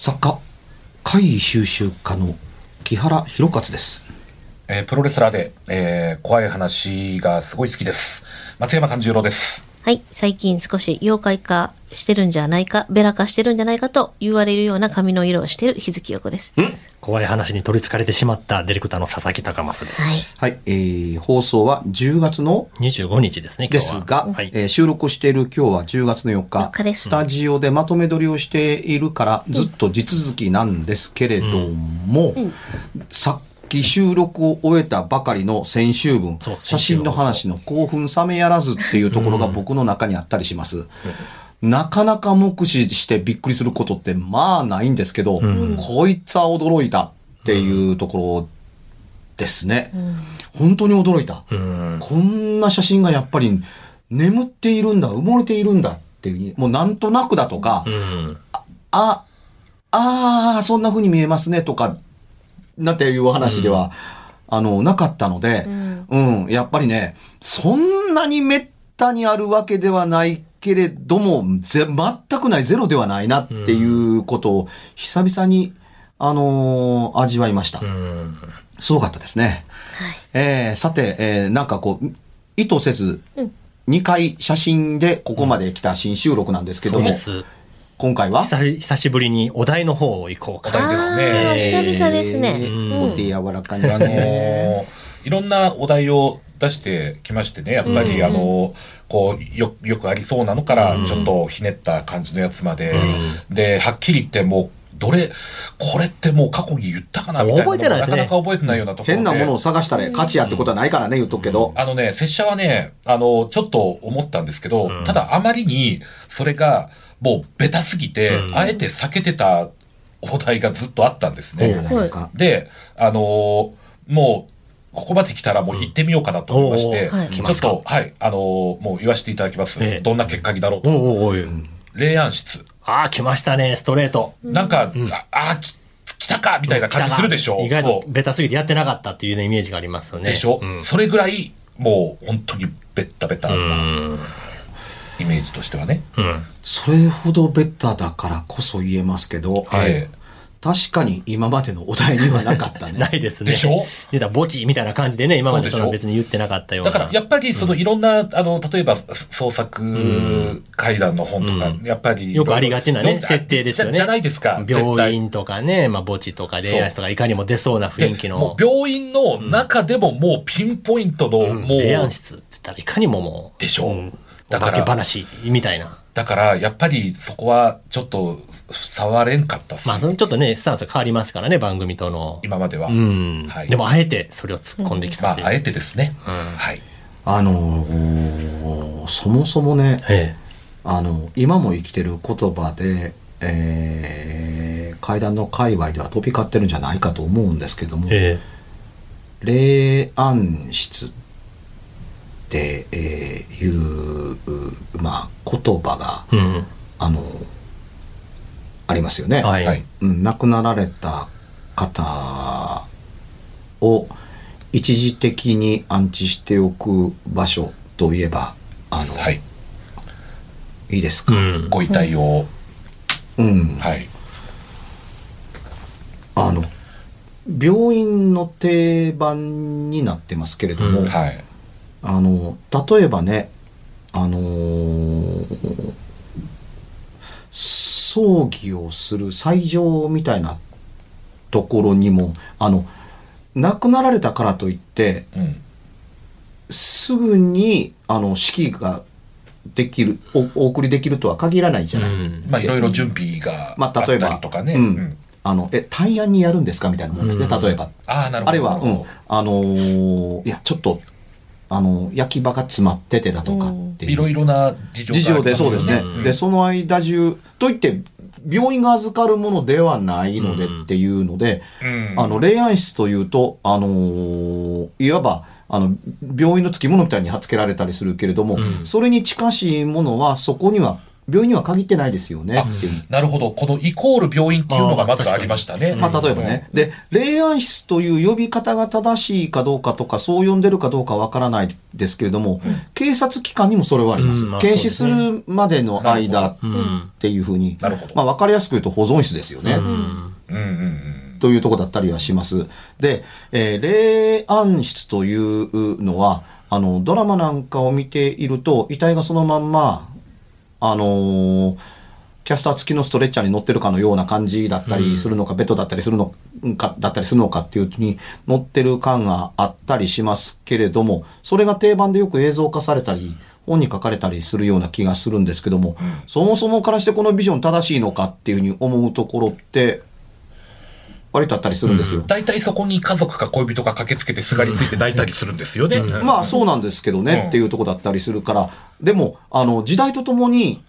作家、怪異収集家の木原博勝です。 プロレスラーで、怖い話がすごい好きです。松山勘十郎です。 はい、最近少し妖怪化してるんじゃないか、ベラ化してるんじゃないかと言われるような髪の色をしている日月陽子です。 怖い話に取り憑かれてしまったディレクターの佐々木隆正です。 はい、 放送は10月の 25日ですね、 今日は。ですが、 はい、 収録している今日は10月の4日、スタジオでまとめ撮りをしているからずっと地続きなんですけれども、さっき収録を終えたばかりの先週分、写真の話の興奮冷めやらずっていうところが僕の中にあったりします。なかなか目視してびっくりすることってまあないんですけど、こいつは驚いたっていうところですね。本当に驚いた。こんな写真がやっぱり眠っているんだ、埋もれているんだっていう、もうなんとなくだとか、そんな風に見えますねとか、なんていう話では、なかったので、やっぱりね、そんなにめったにあるわけではないけれども、全くない、ゼロではないなっていうことを久々に、味わいました。すごかったですね。さて、なんかこう、意図せず、2回写真でここまで来た新収録なんですけども、今回は久しぶりにお題の方行こうか。 お題ですね。 久々ですね。 お手柔らかにね。 いろんなお題を出してきましてね、やっぱりこうよくありそうなのからちょっとひねった感じのやつまで、ではっきり言ってもうこれってもう過去に言ったかなみたいなのがなかなか覚えてないようなところで、 変なものを探したら価値やってことはないからね、言っとくけど、 拙者はねちょっと思ったんですけど、ただあまりにそれがもうベタすぎて、あえて避けてたお題がずっとあったんですね。で、もう、ここまで来たらもう行ってみようかなと思いまして、ちょっと、もう言わせていただきます。どんな結果になろうと。霊安室。 来ましたね、ストレート。 なんか、来たかみたいな感じするでしょ。 意外とベタすぎてやってなかったっていうね、イメージがありますよね。 でしょ。それぐらい、もう本当にベッタベタな。イメージとしてはね、 それほどベタだからこそ言えますけど、確かに今までのお題にはなかったね。 ないですね。 でしょ。 言ったら墓地みたいな感じでね、今までその別に言ってなかったような。 だからやっぱりそのいろんな、例えば創作怪談の本とか、やっぱりよくありがちなね、設定ですよね。 じゃないですか。 病院とかね、墓地とか霊安室とかいかにも出そうな雰囲気の。 もう病院の中でももうピンポイントのもう。 霊安室って言ったらいかにももう。 でしょ。 だから。お化け話みたいな。 だから、やっぱりそこはちょっと触れんかったっす。 そのちょっとね、スタンス変わりますからね、番組との。 今までは。 でも、あえてそれを突っ込んできた。 あえてですね。はい。 そもそもね、今も生きてる言葉で、怪談の界隈では飛び交ってるんじゃないかと思うんですけども、霊安室っていう言葉が、ありますよね。亡くなられた方を一時的に安置しておく場所といえばいいですか、 ご遺体を、 病院の定番になってますけれども、例えばね、葬儀をする斎場みたいなところにも亡くなられたからといって、すぐに式ができるお送りできるとは限らないじゃない。 いろいろ準備があったりとかね。 大安にやるんですかみたいなもんですね。例えばなるほど。 あれはいやちょっと焼き場が詰まっててだとかっていういろいろな事情で、そうですね。でその間中といって病院が預かるものではないのでっていうので、霊安室というといわば病院の付き物みたいに貼っ付けられたりするけれども、それに近しいものはそこには病院には限ってないですよねっていう。 なるほど。このイコール病院っていうのがまずありましたね。 例えばね。で、霊安室という呼び方が正しいかどうかとか、そう呼んでるかどうかわからないですけれども、警察機関にもそれはあります。検視するまでの間っていうふうに。 なるほど。 わかりやすく言うと保存室ですよね。というところだったりはします。で、霊安室というのは、ドラマなんかを見ていると、遺体がそのまんま、キャスター付きのストレッチャーに乗ってるかのような感じだったりするのか、ベッドだったりするのか、っていうに乗ってる感があったりしますけれども、それが定番でよく映像化されたり、本に書かれたりするような気がするんですけども、そもそもからしてこのビジョン正しいのかっていうふうに思うところって、割とあったりするんですよ。 大体そこに家族か恋人が駆けつけてすがりついて抱いたりするんですよね。 まあそうなんですけどね、っていうところだったりするから、でも、時代とともに、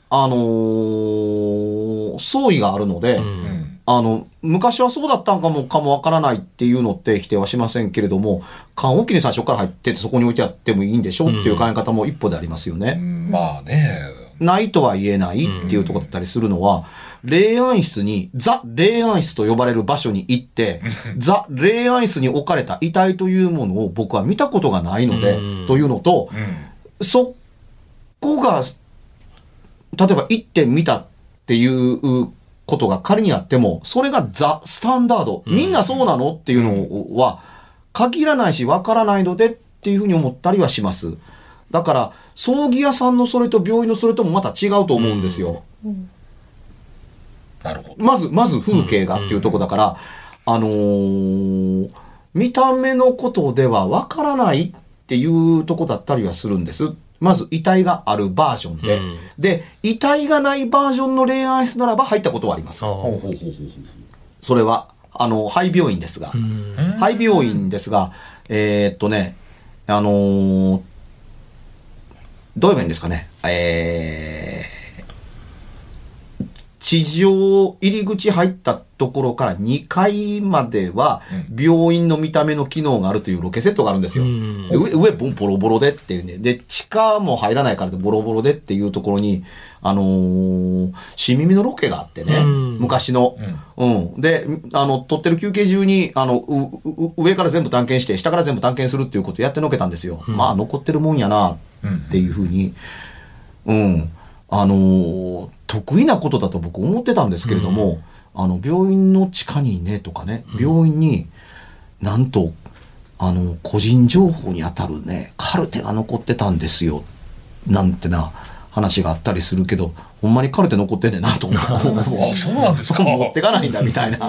相違があるので、昔はそうだったんかもわからないっていうのって否定はしませんけれども、棺桶に最初から入っててそこに置いてあってもいいんでしょっていう考え方も一歩でありますよね。 まあね。 ないとは言えないっていうところだったりするのは、霊安室に、ザ・霊安室と呼ばれる場所に行って、ザ・霊安室に置かれた遺体というものを僕は見たことがないので、というのと、そこが、例えば行ってみたっていうことが仮にあっても、それがザ・スタンダード、みんなそうなのっていうのは、限らないしわからないのでっていうふうに思ったりはします。だから、葬儀屋さんのそれと病院のそれともまた違うと思うんですよ。 なるほど。 まず風景がっていうところだから、見た目のことではわからないっていうところだったりはするんです。まず遺体があるバージョンで。で、遺体がないバージョンの霊安室ならば入ったことはあります。それは、廃病院ですが。廃病院ですが、どう言えばいいんですかね。地上入り口入ったところから2階までは病院の見た目の機能があるというロケセットがあるんですよ。上ボロボロでっていうね。で、地下も入らないからボロボロでっていうところに、新耳のロケがあってね。昔の。で、撮ってる休憩中に、上から全部探検して、下から全部探検するっていうことをやってのけたんですよ。まあ、残ってるもんやな、っていうふうに。得意なことだと僕思ってたんですけれども、病院の地下にねとかね、病院になんと個人情報にあたるねカルテが残ってたんですよなんてな話があったりするけど、ほんまにカルテ残ってんねんなと思ってそうなんですか。 持ってかないんだみたいな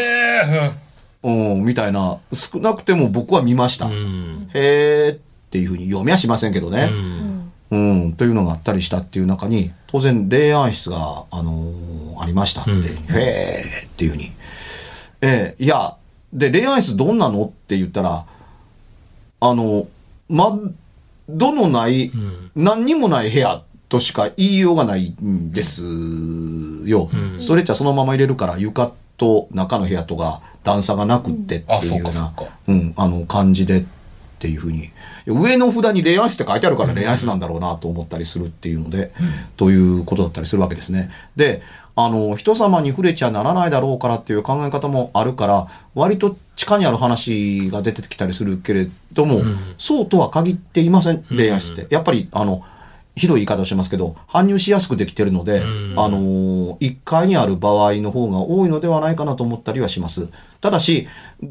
みたいな、少なくても僕は見ました。へーっていうふうに読みはしませんけどね。というのがあったりしたっていう中に、当然霊安室が、ありましたって、へーっていうふうに。いや、で、霊安室どんなのって言ったら、窓のない、何にもない部屋としか言いようがないんですよ。ストレッチャーそのまま入れるから床と中の部屋とか段差がなくってっていうような、感じでっていうふうに。上の札に霊安室って書いてあるから霊安室なんだろうなと思ったりするっていうので、ということだったりするわけですね。で、人様に触れちゃならないだろうからっていう考え方もあるから、割と地下にある話が出てきたりするけれども、そうとは限っていません、霊安室って。やっぱり、ひどい言い方をしますけど、搬入しやすくできてるので、1階にある場合の方が多いのではないかなと思ったりはします。ただし、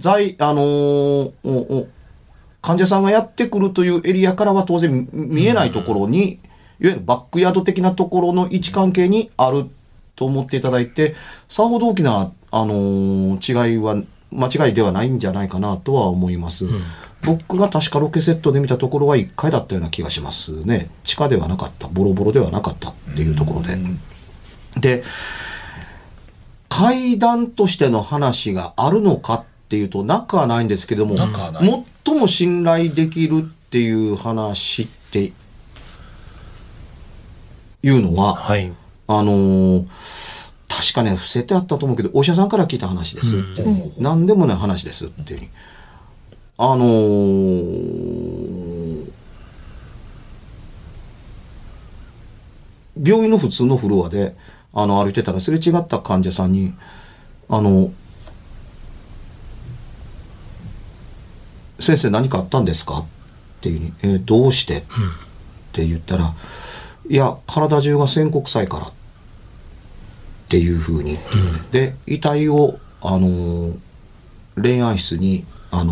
患者さんがやってくるというエリアからは当然見えないところに、いわゆるバックヤード的なところの位置関係にあると思っていただいて、さほど大きな、違いは、間違いではないんじゃないかなとは思います。僕が確かロケセットで見たところは1階だったような気がしますね。地下ではなかった、ボロボロではなかったっていうところで。で、階段としての話があるのかっていうとなくはないんですけども、最も信頼できるっていう話っていうのは、確かね伏せてあったと思うけど、お医者さんから聞いた話ですって、何でもない話ですっていうに、 病院の普通のフロアで、歩いてたらすれ違った患者さんに、先生何かあったんですかっていうふうに、どうしてって言ったら、いや、体中が宣告臭いからっていうふうに、で、遺体を、霊安室に、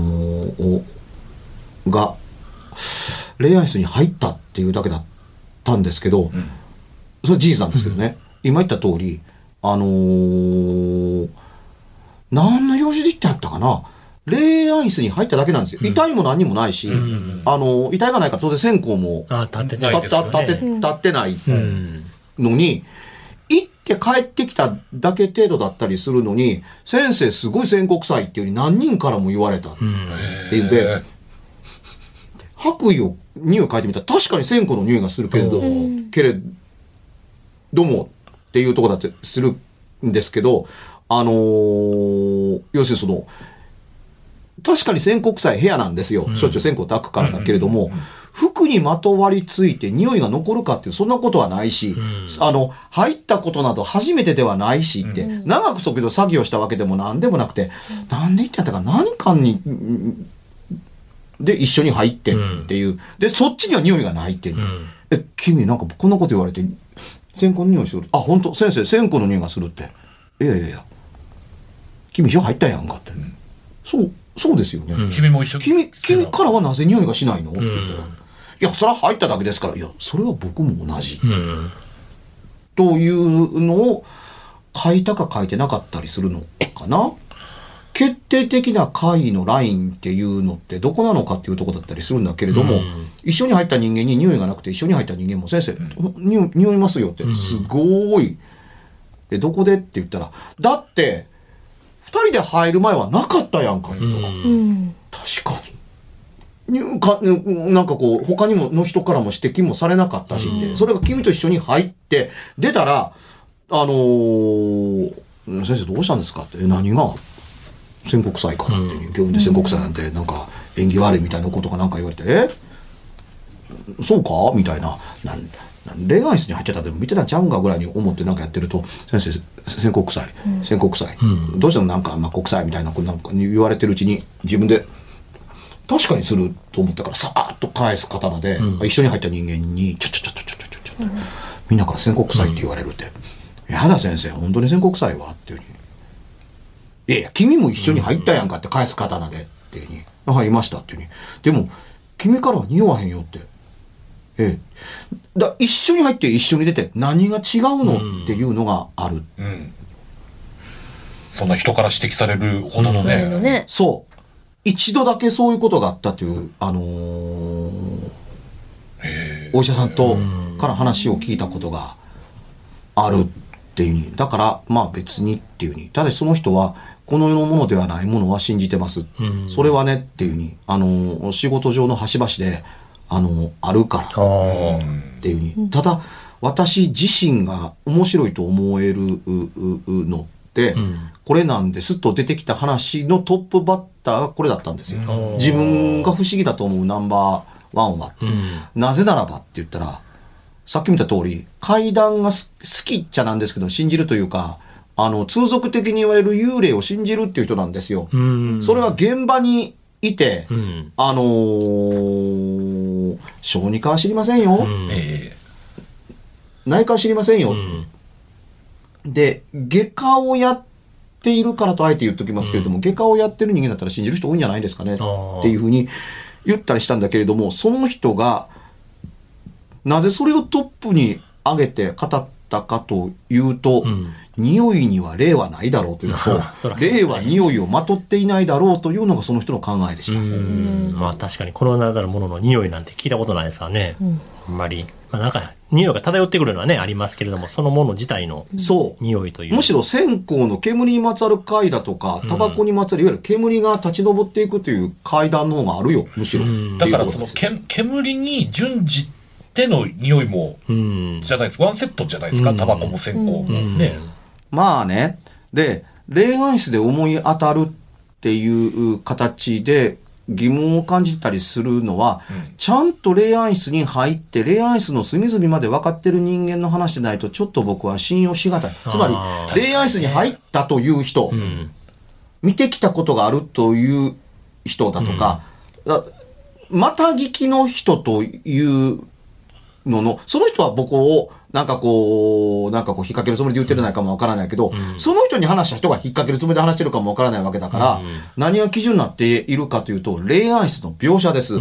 霊安室に入ったっていうだけだったんですけど、それは事実なんですけどね、今言った通り、何の用事で言ってあったかな、霊安室に入っただけなんですよ。遺体も何にもないし、遺体がないから当然線香も立ってないのに、行って帰ってきただけ程度だったりするのに、先生すごい線香臭いっていうふうに何人からも言われたっていうんで、白衣を匂い嗅いでみたら確かに線香の匂いがするけれどもっていうところだってするんですけど、要するにその、確かに線香臭い部屋なんですよ。しょっちゅう線香焚くからだけれども、服にまとわりついて匂いが残るかっていう、そんなことはないし、入ったことなど初めてではないしって、長くそこで作業したわけでもなんでもなくて、なんで言ってやったか何かに、で一緒に入ってっていう。で、そっちには匂いがないっていう。君なんかこんなこと言われて、線香の匂いする。あ、本当先生、線香の匂いがするって。いやいやいや。君一緒入ったやんかって。そうですよね。 君も一緒君からはなぜ匂いがしないのって言ったら。いや、それは入っただけですから。いや、それは僕も同じ。というのを書いたか書いてなかったりするのかな。決定的な会議のラインっていうのってどこなのかっていうところだったりするんだけれども、一緒に入った人間に匂いがなくて、一緒に入った人間も先生、匂いますよって、すごい。どこでって言ったら、だって、二人で入る前はなかったやんか、とか。確かに。なんかこう、他にもの人からも指摘もされなかったしって、それが君と一緒に入って、出たら、先生どうしたんですかって、何が宣告臭いからって、病院で宣告臭いなんて、なんか縁起悪いみたいなことかなんか言われて、そうかみたいな。霊安室に入ってたでも見てたんちゃうんかぐらいに思ってなんかやってると、先生、宣告臭い。どうしてもなんか、国臭いみたいなことなんか言われてるうちに、自分で、確かにすると思ったから、さーっと返す刀で、一緒に入った人間に、ちょ、みんなから宣告臭いって言われるって。やだ先生、本当に宣告臭いわっていうふうに。いやいや、君も一緒に入ったやんかって返す刀でっていうふうに。入りましたっていうふうに。でも、君からは匂わへんよって。一緒に入って一緒に出て何が違うのっていうのがある。 そんな人から指摘されるほどのね。 そう。一度だけそういうことがあったという、お医者さんから話を聞いたことがあるっていうに。だから、まあ別にっていうに。ただしその人は、この世のものではないものは信じてます。それはねっていうに、仕事上の端々で、あるからっていうに。ただ、私自身が面白いと思えるのって、これなんですと出てきた話のトップバッターがこれだったんですよ。自分が不思議だと思うナンバーワンは。なぜならばって言ったら、さっき見た通り、怪談が好きっちゃなんですけど、信じるというか、通俗的に言われる幽霊を信じるっていう人なんですよ。それは現場にいて、小児科は知りませんよ。内科は知りませんよ。で、外科をやっているからとあえて言っときますけれども、外科をやってる人間だったら信じる人多いんじゃないですかねっていうふうに言ったりしたんだけれども、その人がなぜそれをトップに上げて語ったかというと、匂いには霊はないだろうというと、霊は匂いをまとっていないだろうというのがその人の考えでした。 まあ確かにこの名だるものの匂いなんて聞いたことないですからね。あんまり。まあなんか匂いが漂ってくるのはね、ありますけれども、そのもの自体の匂いという。 むしろ線香の煙にまつわる階だとか、タバコにまつわるいわゆる煙が立ち上っていくという階段の方があるよ、むしろ。 だからその煙に準じての匂いも、じゃないですか。ワンセットじゃないですか。タバコも線香もね。 まあね。で、霊安室で思い当たるっていう形で、 疑問を感じたりするのは、ちゃんと霊安室に入って、霊安室の隅々まで分かってる人間の話でないと、ちょっと僕は信用しがたい。つまり、霊安室に入ったという人、見てきたことがあるという人だとか、また聞きの人というのの、その人は僕を、なんかこう、引っ掛けるつもりで言ってるないかもわからないけど、その人に話した人が引っ掛けるつもりで話してるかもわからないわけだから、何が基準になっているかというと、霊安室の描写です。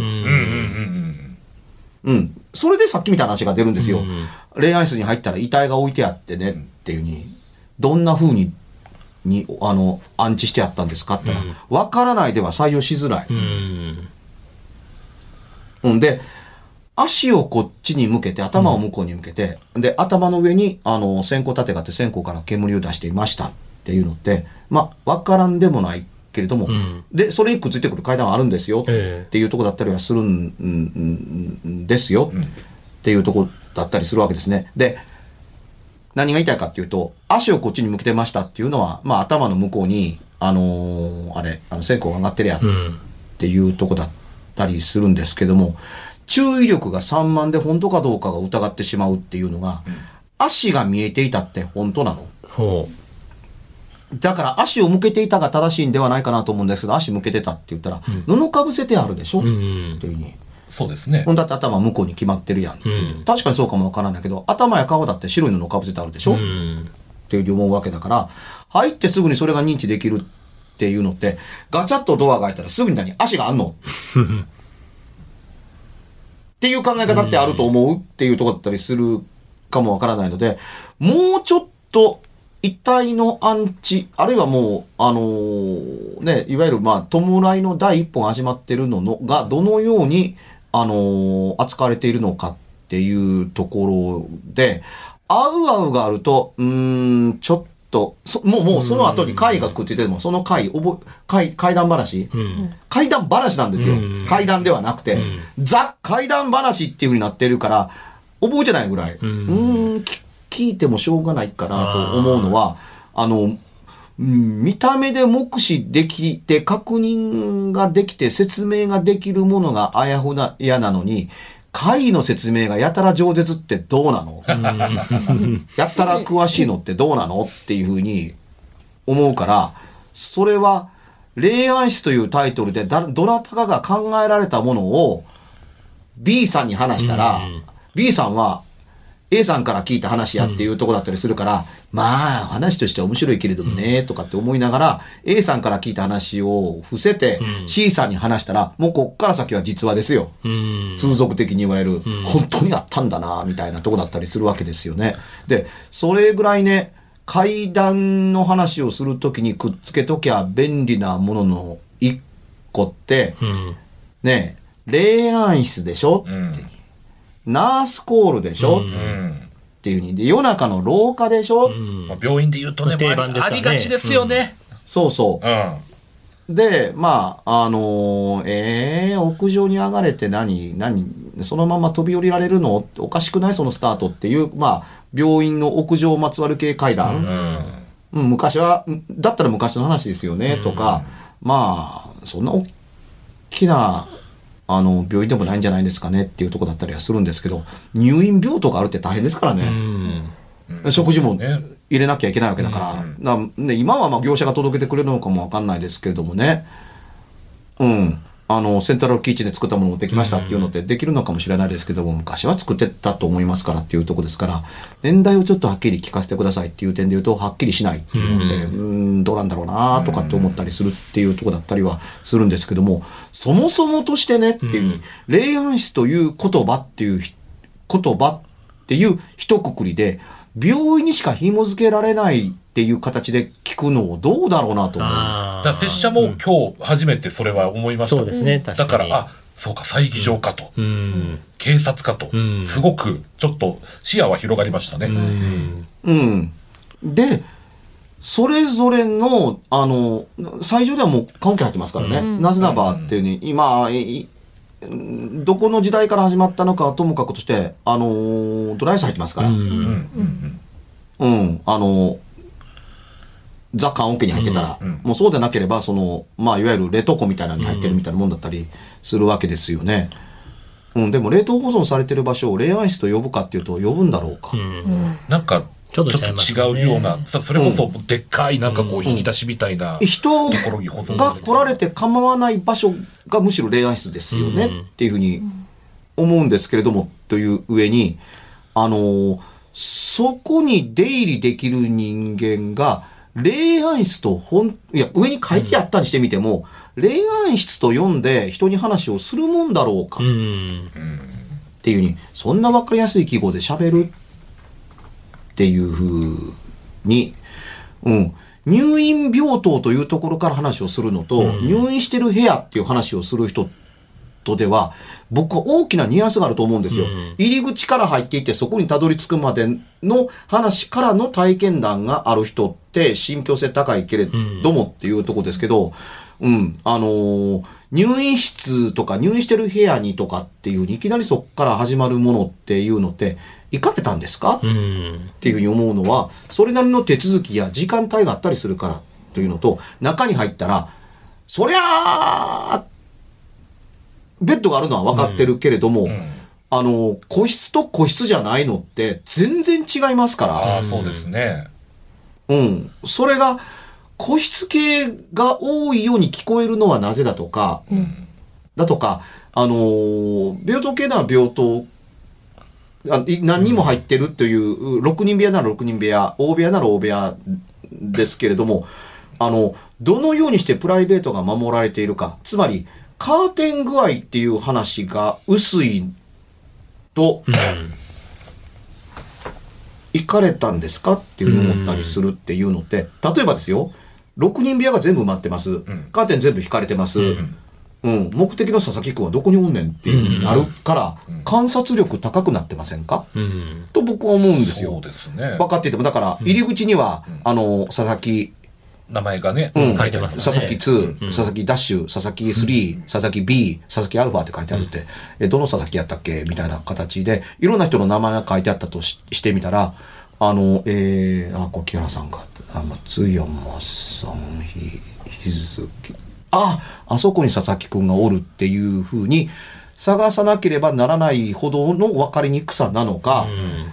それでさっきみたいな話が出るんですよ。霊安室に入ったら遺体が置いてあってねっていうふうに、どんな風に、安置してあったんですかって言ったら、わからないでは採用しづらい。で、足をこっちに向けて、頭を向こうに向けて、で、頭の上に、線香立てがあって、線香から煙を出していましたっていうのって、まあ、わからんでもないけれども、で、それにくっついてくる階段はあるんですよっていうところだったりはするんですよっていうところだったりするわけですね。で、何が言いたいかっていうと、足をこっちに向けてましたっていうのは、まあ、頭の向こうに、線香が上がってるやっていうとこだったりするんですけども、注意力が散漫で本当かどうかが疑ってしまうっていうのが、足が見えていたって本当なの？だから足を向けていたが正しいんではないかなと思うんですけど、足向けてたって言ったら、布かぶせてあるでしょっていうふうに。 そうですね。 だって頭向こうに決まってるやんって言って、確かにそうかもわからないけど、頭や顔だって白い布かぶせてあるでしょっていうふうに思うわけだから、入ってすぐにそれが認知できるっていうのって、ガチャッとドアが開いたらすぐに足があんのっていう考え方ってあると思うっていうところだったりするかもわからないので、もうちょっと遺体の安置、あるいはもう、いわゆる弔いの第一歩が始まってるのが、どのように、扱われているのかっていうところで、あうあうがあると、ちょっと、もうその後に会がくっついてても、その会談話、怪談話なんですよ。怪談ではなくて、ザ・怪談話っていう風になってるから、覚えてないぐらい。聞いてもしょうがないかなと思うのは、見た目で目視できて、確認ができて、説明ができるものがあやふやなのに、怪の説明がやたら饒舌ってどうなのやたら詳しいのってどうなのっていうふうに思うから、それは、霊安室というタイトルでどなたかが考えられたものを B さんに話したら、B さんは A さんから聞いた話やっていうところだったりするから、まあ話としては面白いけれどもね、とかって思いながら A さんから聞いた話を伏せて C さんに話したら、もうこっから先は実話ですよ。通俗的に言われる、本当にあったんだな、みたいなとこだったりするわけですよね。で、それぐらいね、怪談の話をするときにくっつけときゃ便利なものの一個って、ね、霊安室でしょって。ナースコールでしょ、っていう風に。で、夜中の廊下でしょ、 病院で言うとね、ありがちですよね。 そうそう。で、屋上に上がれてそのまま飛び降りられるのおかしくないそのスタートっていう、病院の屋上まつわる系階段。昔は、だったら昔の話ですよね、とか、そんな大きな、病院でもないんじゃないですかねっていうところだったりはするんですけど、入院病棟があるって大変ですからね。食事も入れなきゃいけないわけだから。今は業者が届けてくれるのかもわかんないですけれどもね。セントラルキッチンで作ったものもできましたっていうのってできるのかもしれないですけども、昔は作ってたと思いますからっていうところですから、年代をちょっとはっきり聞かせてくださいっていう点で言うと、はっきりしないっていうので、どうなんだろうなとかって思ったりするっていうところだったりはするんですけども、そもそもとしてねっていう、霊安室という言葉っていう一括りで、病院にしか紐付けられないっていう形で聞くのをどうだろうなと思う。 だから拙者も今日初めてそれは思いました。 そうですね、確かに。 だから、そうか、猜疑場かと。警察かと。すごく、ちょっと視野は広がりましたね。 で、それぞれの、最初ではもう関係入ってますからね。なぜならばっていうに、今、どこの時代から始まったのかはともかくとして、ドライアイス入ってますから。 ザ・缶桶に入ってたら、もうそうでなければ、まあ、いわゆる冷凍庫みたいなのに入ってるみたいなもんだったりするわけですよね。でも冷凍保存されてる場所を冷暗室と呼ぶかっていうと、呼ぶんだろうか。 なんか、ちょっと違うような、それこそでっかいなんかこう引き出しみたいな、 人が来られて構わない場所がむしろ冷暗室ですよねっていうふうに思うんですけれども、という上に、そこに出入りできる人間が、霊安室と上に書いてあったりしてみても、霊安室と読んで人に話をするもんだろうか。っていうに、そんなわかりやすい記号で喋るっていうふうに、入院病棟というところから話をするのと、入院してる部屋っていう話をする人とでは、僕は大きなニュアンスがあると思うんですよ。入り口から入っていってそこにたどり着くまでの話からの体験談がある人って信憑性高いけれどもっていうところですけど、入院室とか入院してる部屋にとかっていうにいきなりそこから始まるものっていうのって行かれたんですかっていうふうに思うのは、それなりの手続きや時間帯があったりするからというのと、中に入ったら、そりゃあベッドがあるのは分かってるけれども、個室と個室じゃないのって全然違いますから。 そうですね。 それが個室系が多いように聞こえるのはなぜだとか、病棟系なら病棟、何人も入ってるという、6人部屋なら6人部屋、大部屋なら大部屋ですけれども、どのようにしてプライベートが守られているか、つまり、カーテン具合っていう話が薄いと、行かれたんですかっていうふうに思ったりするっていうのって、例えばですよ、6人部屋が全部埋まってます。カーテン全部引かれてます。目的の佐々木君はどこにおんねんっていう風になるから、観察力高くなってませんかと僕は思うんですよ。 そうですね。 分かっていても、だから、入り口には、佐々木、 名前がね、 書いてますね。 佐々木2、佐々木ダッシュ、佐々木3、佐々木 B、佐々木アルファって書いてあるって、どの佐々木やったっけみたいな形で、いろんな人の名前が書いてあったとしてみたら、こ木原さんが、松山さん、日付、あそこに佐々木くんがおるっていう風に探さなければならないほどの分かりにくさなのか、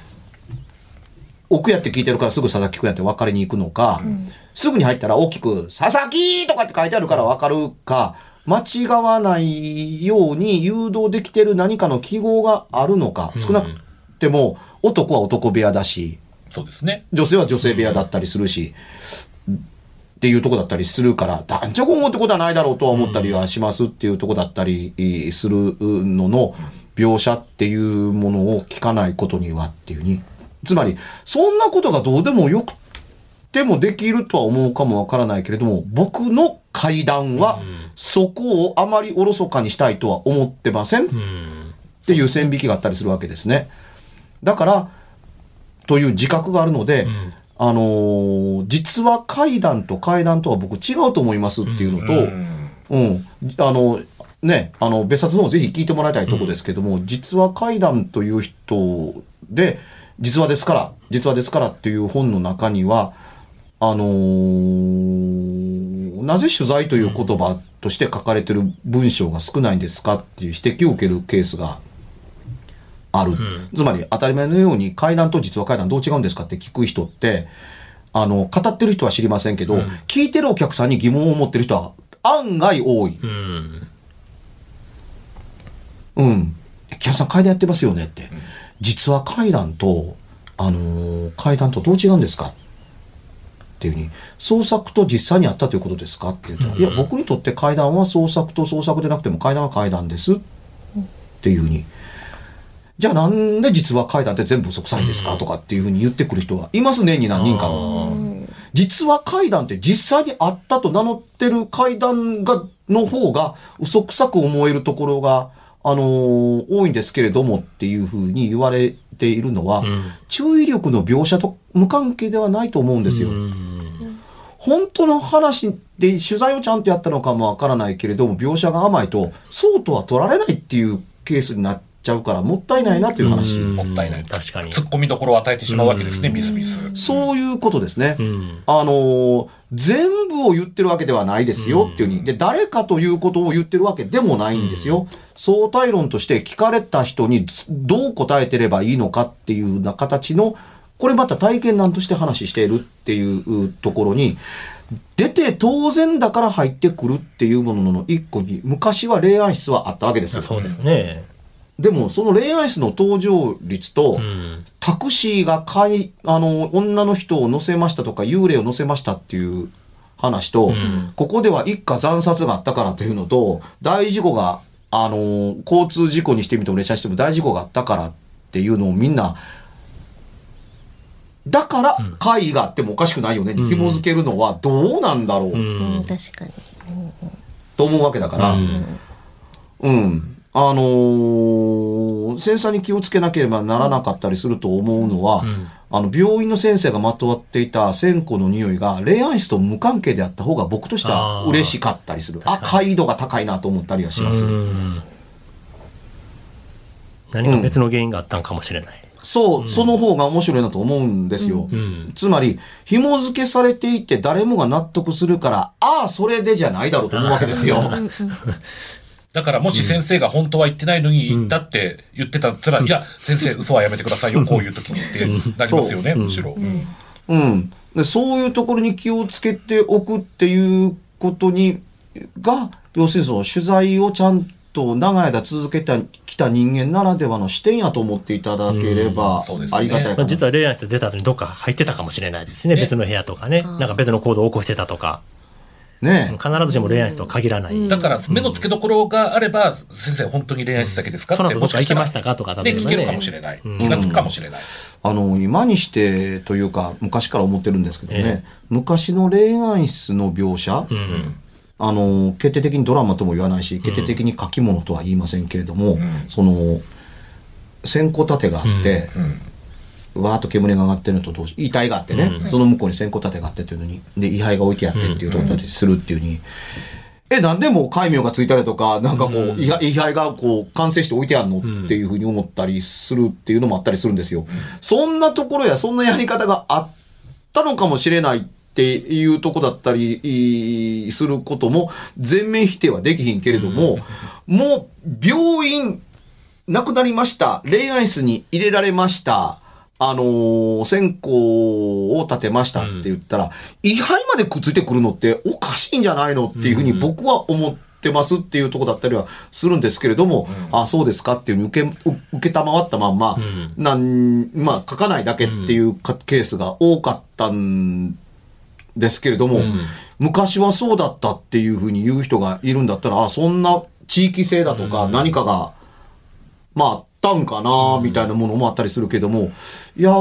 奥やって聞いてるからすぐ佐々木くんやって分かりに行くのか、すぐに入ったら大きく佐々木とかって書いてあるから分かるか、間違わないように誘導できてる何かの記号があるのか、少なくても男は男部屋だし、 そうですね。 女性は女性部屋だったりするし、っていうとこだったりするから、男女混合ってことはないだろうとは思ったりはしますっていうとこだったりするのの描写っていうものを聞かないことにはっていうに。つまり、そんなことがどうでもよくてもできるとは思うかもわからないけれども、僕の階段はそこをあまりおろそかにしたいとは思ってませんっていう線引きがあったりするわけですね。だから、という自覚があるので、実は階段と階段とは僕違うと思いますっていうのと、別冊の方ぜひ聞いてもらいたいところですけども、実は階段という人で、実話ですからっていう本の中には、なぜ取材という言葉として書かれてる文章が少ないんですかっていう指摘を受けるケースがある。つまり当たり前のように階段と実話階段どう違うんですかって聞く人って、語ってる人は知りませんけど、聞いてるお客さんに疑問を持ってる人は案外多い。木原さん階段やってますよねって。実は階段と、階段とどう違うんですかっていうふうに、創作と実際にあったということですかって言ったら、いや、僕にとって階段は創作と創作でなくても階段は階段ですっていうふうに。じゃあなんで実は階段って全部嘘くさいんですかとかっていうふうに言ってくる人はいますね、に何人かは。実は階段って実際にあったと名乗ってる階段の方が嘘くさく思えるところが、多いんですけれどもっていうふうに言われているのは、注意力の描写と無関係ではないと思うんですよ。本当の話で取材をちゃんとやったのかもわからないけれども、描写が甘いと、そうとは取られないっていうケースになっちちゃうからもったいないなという話。 もったいない。 確かに。 突っ込みどころを与えてしまうわけですね、ミスミス。 そういうことですね。全部を言ってるわけではないですよっていうに。で、誰かということを言ってるわけでもないんですよ。相対論として聞かれた人にどう答えてればいいのかっていうような形の、これまた体験談として話しているっていうところに、出て当然だから入ってくるっていうものの一個に、昔は霊安室はあったわけですよ。 そうですね。 でも、その霊安室の登場率と、タクシーが女の人を乗せましたとか、幽霊を乗せましたっていう話と、ここでは一家惨殺があったからというのと、大事故が、交通事故にしてみても列車にしても大事故があったからっていうのをみんな、だから会議があってもおかしくないよねに紐づけるのはどうなんだろう、 確かに、 と思うわけだから、繊細に気をつけなければならなかったりすると思うのは、病院の先生がまとわっていた線香の匂いが霊安室と無関係であった方が僕としては嬉しかったりする。解度が高いなと思ったりはします。 何か別の原因があったんかもしれない。 その方が面白いなと思うんですよ。つまり、紐付けされていて誰もが納得するから、それでじゃないだろうと思うわけですよ。 だからもし先生が本当は言ってないのに言ったって言ってたら、いや、先生嘘はやめてくださいよ、こういう時にってなりますよね、むしろ。 でそういうところに気をつけておくっていうことが、要するにその取材をちゃんと長い間続けてきた人間ならではの視点やと思っていただければありがたいかな。 実は霊安室出た後にどっか入ってたかもしれないですね。別の部屋とかね。なんか別の行動を起こしてたとか。 ね、 必ずしも霊安室とは限らない。 だから目の付けどころがあれば、先生本当に霊安室だけですかってどっか行きましたかとかで聞けるかもしれない。気がつくかもしれない。 今にしてというか昔から思ってるんですけどね、昔の霊安室の描写、決定的にドラマとも言わないし、決定的に書き物とは言いませんけれども、その線香立てがあって、わーっと煙が上がってるのと同時、遺体があってね、その向こうに線香立てがあってというのに、で、位牌が置いてあってっていうところだったりするっていうに、なんでもう戒名がついたりとか、なんかこう、位牌がこう、完成して置いてあるのっていうふうに思ったりするっていうのもあったりするんですよ。そんなところや、そんなやり方があったのかもしれないっていうとこだったりすることも、全面否定はできひんけれども、もう、病院、亡くなりました。霊安室に入れられました。線香を立てましたって言ったら、位牌までくっついてくるのっておかしいんじゃないのっていうふうに僕は思ってますっていうところだったりはするんですけれども、そうですかっていう受けたまわったまんま、書かないだけっていうケースが多かったんですけれども、昔はそうだったっていうふうに言う人がいるんだったら、そんな地域性だとか何かが、たんかなみたいなものもあったりするけども、いや、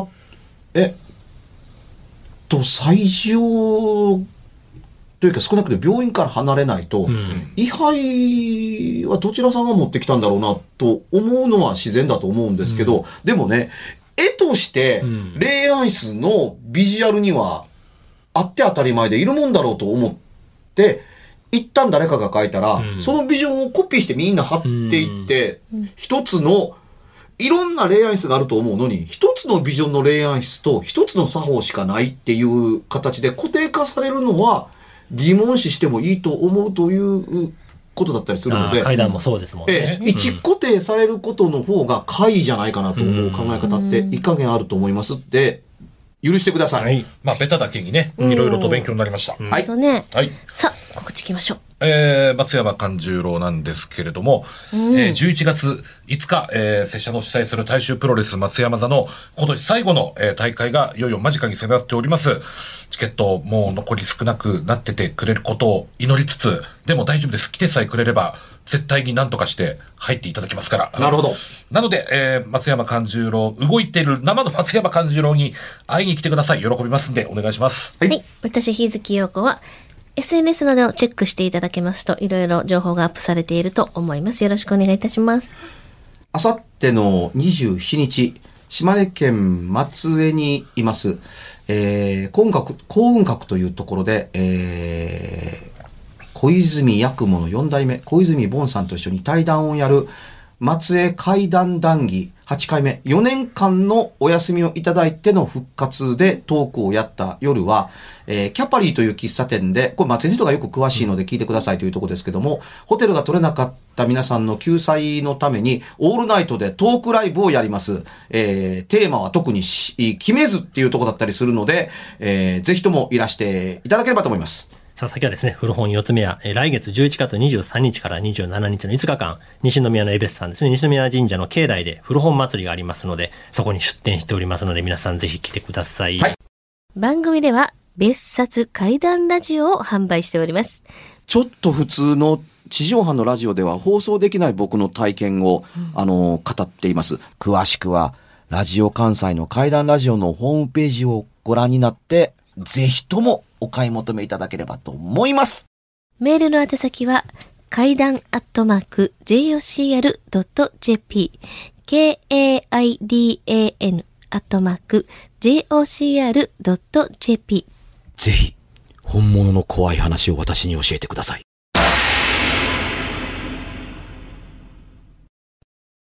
最上というか少なくとも病院から離れないと、位牌はどちらさんが持ってきたんだろうなと思うのは自然だと思うんですけど、でもね、絵として霊安室のビジュアルにはあって当たり前でいるもんだろうと思って、一旦誰かが書いたら、そのビジョンをコピーしてみんな貼っていって、一つのいろんな霊安室があると思うのに、一つのビジョンの霊安室と一つの作法しかないっていう形で固定化されるのは疑問視してもいいと思うということだったりするので、 階段もそうですもんね。 一固定されることの方が怪異じゃないかなと思う考え方っていかげんあると思いますって、許してください。 ベタだけにね、いろいろと勉強になりました。 はい。さあ、告知いきましょう。 松山勘十郎なんですけれども、11月5日、拙者の主催する大衆プロレス松山座の今年最後の、大会がいよいよ間近に迫っております。チケットもう残り少なくなっててくれることを祈りつつ、でも大丈夫です。来てさえくれれば、絶対に何とかして入っていただきますから。 なるほど。 なので、松山勘十郎、動いている生の松山勘十郎に会いに来てください。喜びますんで、お願いします。 はい。私、日月陽子は、SNS などをチェックしていただけますと、いろいろ情報がアップされていると思います。よろしくお願いいたします。 あさっての27日、島根県松江にいます、幸運閣というところで、小泉八雲の4代目、小泉ボンさんと一緒に対談をやる、 松江怪談談義8回目、4年間のお休みをいただいての復活でトークをやった夜は、キャパリーという喫茶店で、これ松江の人がよく詳しいので聞いてくださいというところですけども、ホテルが取れなかった皆さんの救済のために、オールナイトでトークライブをやります。テーマは特に決めずっていうところだったりするので、ぜひともいらしていただければと思います。 さあ、先はですね、古本四つ目は、来月11月23日から27日の5日間、西宮のエベスさんですね、西宮神社の境内で古本祭りがありますので、そこに出店しておりますので、皆さんぜひ来てください。はい、 番組では、別冊怪談ラジオを販売しております。 ちょっと普通の地上波のラジオでは放送できない僕の体験を、語っています。詳しくは、ラジオ関西の怪談ラジオのホームページをご覧になって、ぜひともお買い求めいただければと思います。 メールの宛先は、怪談@jocr.jp、KAIDAN@jocr.jp。 ぜひ、本物の怖い話を私に教えてください。